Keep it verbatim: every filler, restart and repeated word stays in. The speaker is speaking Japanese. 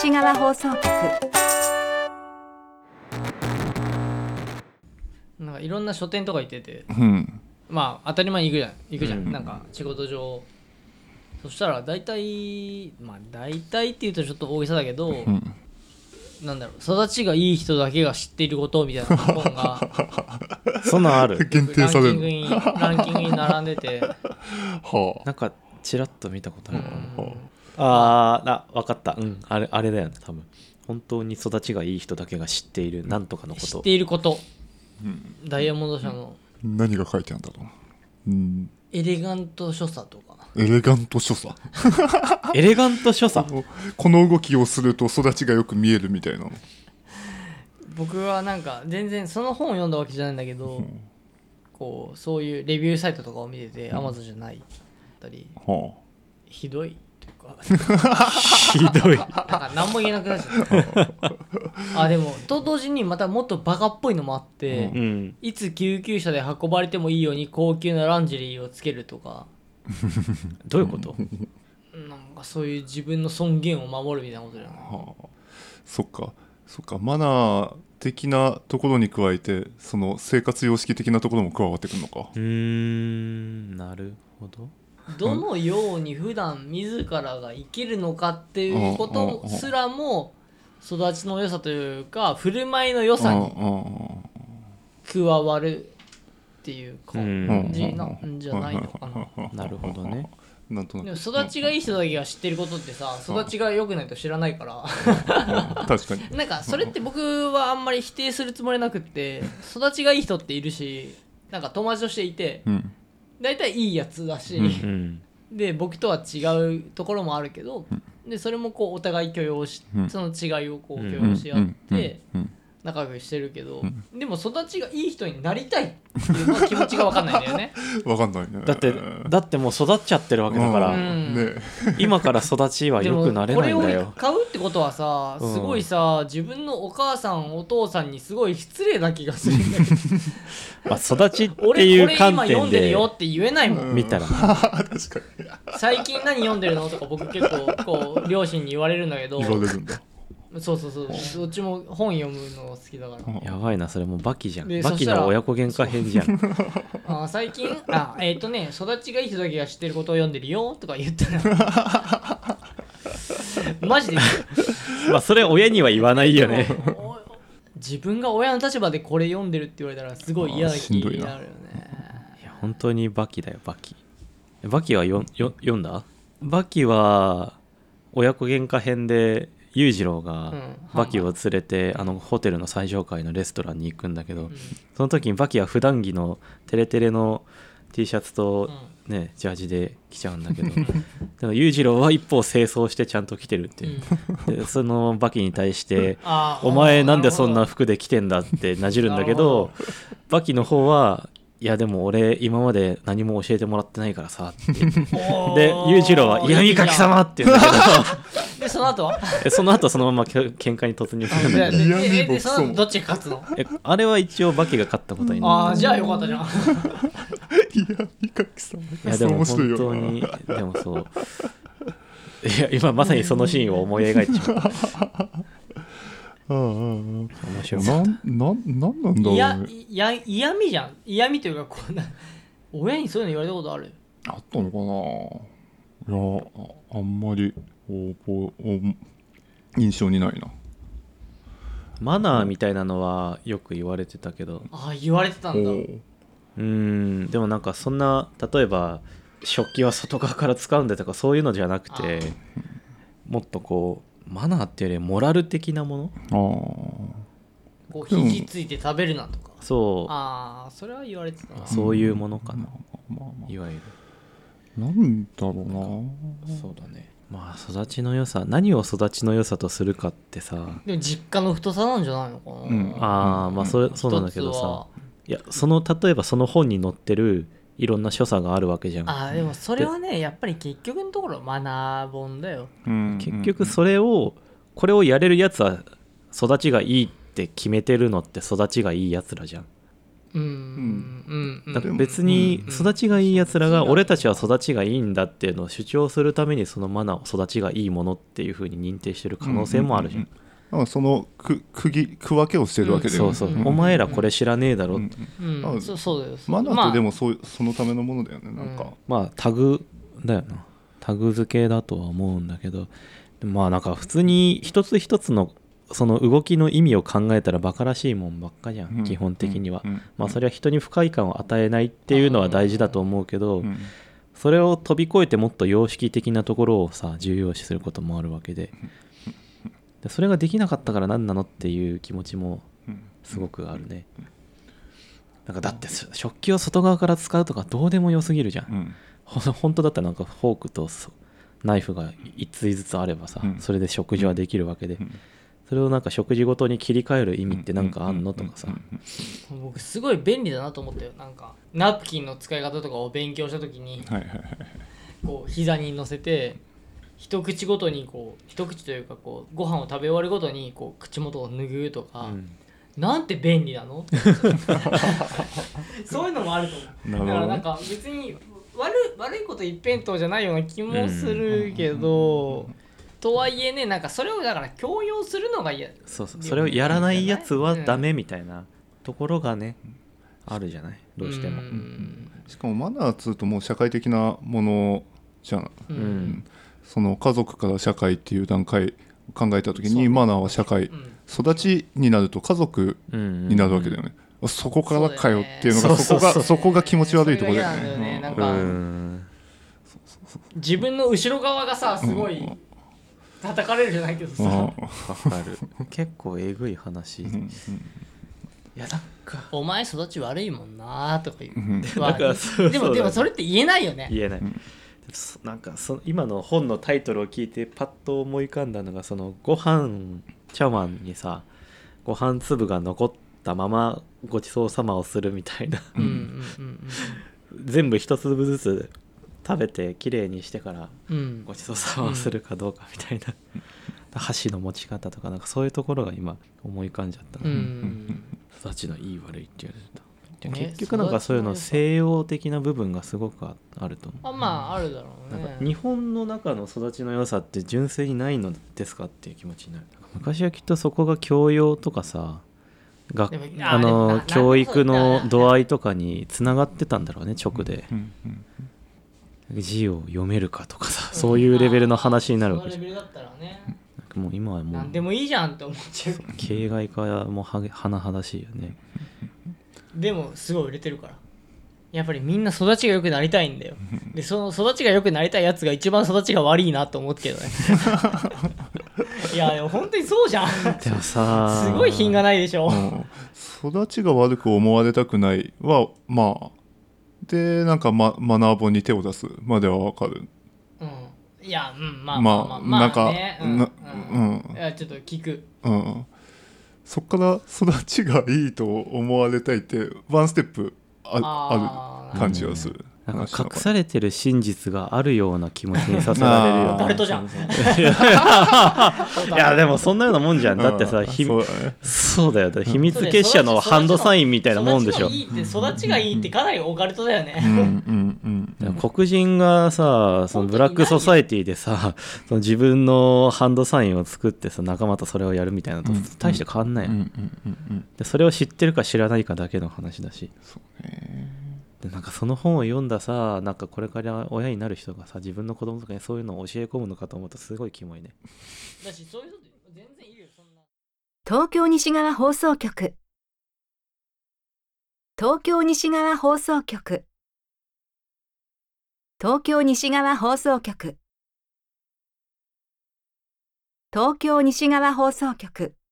西側放送局。 なんかいろんな書店とか行ってて、 うん、 まあ当たり前に行くじゃん行くじゃん、 うん、 なんか仕事上そしたら大体まあ大体っていうとちょっと大げさだけど、うん、なんだろう、育ちがいい人だけが知っていることみたいな本がそんなんある限定されるランキングにランキングに並んでてはあ、なんかチラッと見たことある、 うん、 あーあ分かった、うん、あれあれだよね、多分本当に育ちがいい人だけが知っているなんとかのこと、 知っていること、 うん、 ダイヤモンド社の何が書いてあるんだろう、うん、 エレガント所作とかエレガント所作エレガント所作この動きをすると育ちがよく見えるみたいな。 僕はなんか全然その本を読んだわけじゃないんだけど、うん、こうそういうレビューサイトとかを見てて、うん、Amazon じゃないったり、はあ、ひどいというかひどいなんか何も言えなくなっちゃったあでもと同時にまたもっとバカっぽいのもあって、うん、いつ救急車で運ばれてもいいように高級なランジェリーをつけるとかどういうことなんかそういう自分の尊厳を守るみたいなことじゃない、はあ、 そっかそっか、マナー的なところに加えてその生活様式的なところも加わってくるのか。 うーん、なるほど。 どのように普段自らが生きるのかっていうことすらも育ちの良さというか振る舞いの良さに加わるっていう感じなんじゃないのかな。 なるほどね。 なんとなくでも育ちがいい人だけが知ってることってさ、育ちが良くないと知らないから確かになんかそれって僕はあんまり否定するつもりなくって、育ちがいい人っているし、なんか友達としていて、うん、大体いいやつだし、うん、で僕とは違うところもあるけど、うん、でそれもこうお互い許容し、うん、その違いをこう許容し合って仲良くしてるけど、うん、でも育ちがいい人になりたいっていうのは気持ちが分かんないんだよね分かんないね。 だってだってもう育っちゃってるわけだから、うんね、今から育ちは良くなれないんだよ。 でもこれを買うってことはさ、すごいさ、うん、自分のお母さんお父さんにすごい失礼な気がするんだけどまあ育ちっていう観点で俺これ今読んでるよって言えないもん、 うん、見たら確かに最近何読んでるのとか僕結構こう両親に言われるんだけど言われるんだ。 そうそうそう、どっちも本読むのが好きだから。 やばいな、それもうバキじゃん。バキの親子喧嘩編じゃんあ最近あえっ、ー、とね育ちがいい人だけが知ってることを読んでるよとか言ったらマジでまあそれ親には言わないよね自分が親の立場でこれ読んでるって言われたらすごい嫌な気になるよね。 いや本当にバキだよバキ。バキはよよ読んだ？バキは親子喧嘩編で裕次郎がバキを連れて、うん、あのホテルの最上階のレストランに行くんだけど、うん、その時にバキは普段着のテレテレの T シャツと、ねうん、ジャージで来ちゃうんだけどでも裕次郎は一方清掃してちゃんと着てるっていう、うん、でそのバキに対してお前なんでそんな服で来てんだってなじるんだけどバキの方はいやでも俺今まで何も教えてもらってないからさってで裕次郎は嫌味か貴様って言うんだけどでその後はその後そのまま喧嘩に突入するんだけどでででその後どっちが勝つの？ えあれは一応バキが勝ったことになる。 ああじゃあよかったじゃん嫌味か貴様。 いやでも本当にでもそういや今まさにそのシーンを思い描いてしまったうんうんうん、面白い。な、な、なんなんだろうね。 いや、いや、嫌味じゃん。嫌味というかこうな親にそういうの言われたことある？ あったのかな。いや あ, あんまりおお印象にないな。 マナーみたいなのはよく言われてたけど。 ああ言われてたんだ。うーんでもなんかそんな例えば食器は外側から使うんだとかそういうのじゃなくてもっとこうマナーっていうよりモラル的なもの。 あこう肘ついて食べるなとか。 そうああそれは言われてたな。 そういうものかな、うんまあまあまあ、いわゆるなんだろうな。 そうだね。まあ育ちの良さ何を育ちの良さとするかってさでも実家の太さなんじゃないのかな、うん、 ああまあそれそうなんだけどさいやその例えばその本に載ってるいろんな所作があるわけじゃん。 あでもそれはねやっぱり結局のところマナー本だよ、 うん、結局それをこれをやれるやつは育ちがいいって決めてるのって育ちがいいやつらじゃん。 うんうんうん、 だから別に育ちがいいやつらが俺たちは育ちがいいんだっていうのを主張するためにそのマナーを育ちがいいものっていう風に認定してる可能性もあるじゃん、うんうんうんうん、その区区区分けをしてるわけで、 うん、そうそう、うん、お前らこれ知らねえだろ、うんうんうん、そうそうです。 マナーってでもそ、まあ、そのためのものだよねなんか、うん、 まあタグだよな、タグ付けだとは思うんだけど、まあなんか普通に一つ一つのその動きの意味を考えたらバカらしいもんばっかじゃん、うん、基本的には、うん、まあそれは人に不快感を与えないっていうのは大事だと思うけど、うん、それを飛び越えてもっと様式的なところをさ重要視することもあるわけで、でそれができなかったから何なのっていう気持ちもすごくあるね。なんかだって食器を外側から使うとかどうでもよすぎるじゃん、うん、本当だったらなんかフォークとナイフがいついずつあればさ、うん、それで食事はできるわけで、うん、それをなんか食事ごとに切り替える意味ってなんかあんのとかさ、 僕すごい便利だなと思ったよ。なんかナプキンの使い方とかを勉強した時に、はいはいはい、こう膝に乗せて一口ごとにこう一口というかこうご飯を食べ終わるごとにこう口元を拭うとか、うん、なんて便利なのそういうのもあると思う。だからなんか別に悪, 悪いこと一辺倒じゃないような気もするけど、とはいえね、なんかそれをだから強要するのが嫌。 そうそう、それをやらないやつはダメみたいなところがね、うん、あるじゃない、どうしても。うん、 しかもマナーっつうともう社会的なものじゃん、うんうん、その家族から社会っていう段階考えた時にマナーは社会、うん、育ちになると家族になるわけだよね、うんうん、そこからかよっていうのがそこがそこが気持ち悪いところだよね。 なんか自分の後ろ側がさすごい叩かれるじゃないけどさ、わかる結構えぐい話、うんうん、いやなんかお前育ち悪いもんなとか言う、うん、だからそうでもでもそれって言えないよね。 言えない、うん、なんかそ今の本のタイトルを聞いてパッと思い浮かんだのが、そのご飯茶碗にさご飯粒が残ったままごちそうさまをするみたいな、うんうんうんうん、全部一粒ずつ食べてきれいにしてからごちそうさまをするかどうかみたいな、うん、箸の持ち方とかなんかそういうところが今思い浮かんじゃった、うん、育ちのいい悪いって言われると結局なんかそういうの西洋的な部分がすごくあると思う。 あ、まああるだろうね。 なんか日本の中の育ちの良さって純粋にないのですかっていう気持ちになる。昔はきっとそこが教養とかさがあの教育の度合いとかにつながってたんだろうね、直で、うんうんうん、字を読めるかとかさ、うん、そういうレベルの話になるわけじゃん。 そのレベルだったらね、 なんかもう今はもう何でもいいじゃんって思っちゃう。 形骸化も甚だしいよね。 でもすごい売れてるから、やっぱりみんな育ちが良くなりたいんだよ。でその育ちが良くなりたいやつが一番育ちが悪いなと思うけどねいやでも本当にそうじゃん。 でもさすごい品がないでしょ、 うん、育ちが悪く思われたくないはまあでなんか、ま、マナー本に手を出すまではわかる、 うん、いやうんまあまあまあまあ、まあ、 なんか、 ね、うんなうん、うん、いやちょっと聞く、 うんそっから育ちがいいと思われたいってワンステップ あ, ある感じはする、 うん、なんか隠されてる真実があるような気持ちにさせられるよ。 誰とじゃんいやでもそんなようなもんじゃん。だってさ、ひそうだね、そうだよ、秘密結社のハンドサインみたいなもんでしょ。 育ちがいいってかなりオカルトだよね、うんうんうん、黒人がさそのブラックソサエティでさその自分のハンドサインを作ってさ仲間とそれをやるみたいなのと大して変わんない、うんうんうんうん、でそれを知ってるか知らないかだけの話だし、そうね、でなんかその本を読んださなんかこれから親になる人がさ自分の子供とかにそういうのを教え込むのかと思うとすごいキモいね。 だしそういう人って全然いるよそんな。 東京西側放送局東京西側放送局東京西側放送局東京西側放送局